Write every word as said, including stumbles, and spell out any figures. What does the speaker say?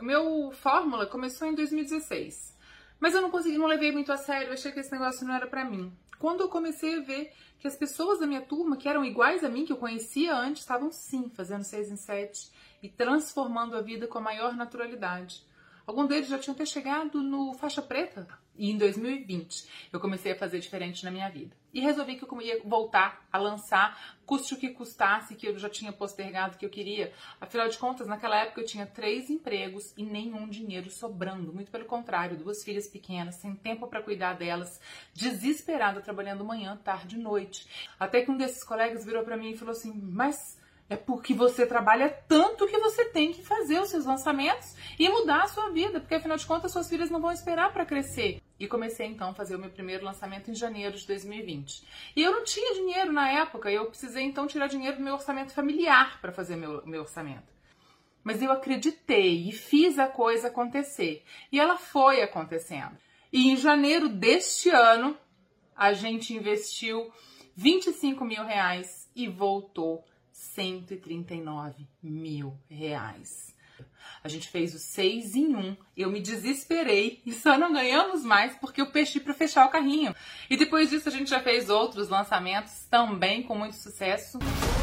O meu Fórmula começou em dois mil e dezesseis, mas eu não consegui, não levei muito a sério, eu achei que esse negócio não era pra mim. Quando eu comecei a ver que as pessoas da minha turma, que eram iguais a mim, que eu conhecia antes, estavam sim fazendo seis em sete e transformando a vida com a maior naturalidade. Alguns deles já tinham até chegado no faixa preta. E em dois mil e vinte eu comecei a fazer diferente na minha vida. E resolvi que eu ia voltar a lançar, custe o que custasse, que eu já tinha postergado, que eu queria. Afinal de contas, naquela época eu tinha três empregos e nenhum dinheiro sobrando. Muito pelo contrário, duas filhas pequenas, sem tempo para cuidar delas, desesperada, trabalhando manhã, tarde e noite. Até que um desses colegas virou para mim e falou assim, mas... é porque você trabalha tanto que você tem que fazer os seus lançamentos e mudar a sua vida, porque afinal de contas suas filhas não vão esperar para crescer. E comecei então a fazer o meu primeiro lançamento em janeiro de dois mil e vinte. E eu não tinha dinheiro na época, eu precisei então tirar dinheiro do meu orçamento familiar para fazer meu, meu orçamento. Mas eu acreditei e fiz a coisa acontecer. E ela foi acontecendo. E em janeiro deste ano, a gente investiu vinte e cinco mil reais e voltou cento e trinta e nove mil reais. A gente fez o seis em um, eu me desesperei e só não ganhamos mais porque eu pedi para fechar o carrinho. E depois disso a gente já fez outros lançamentos também com muito sucesso.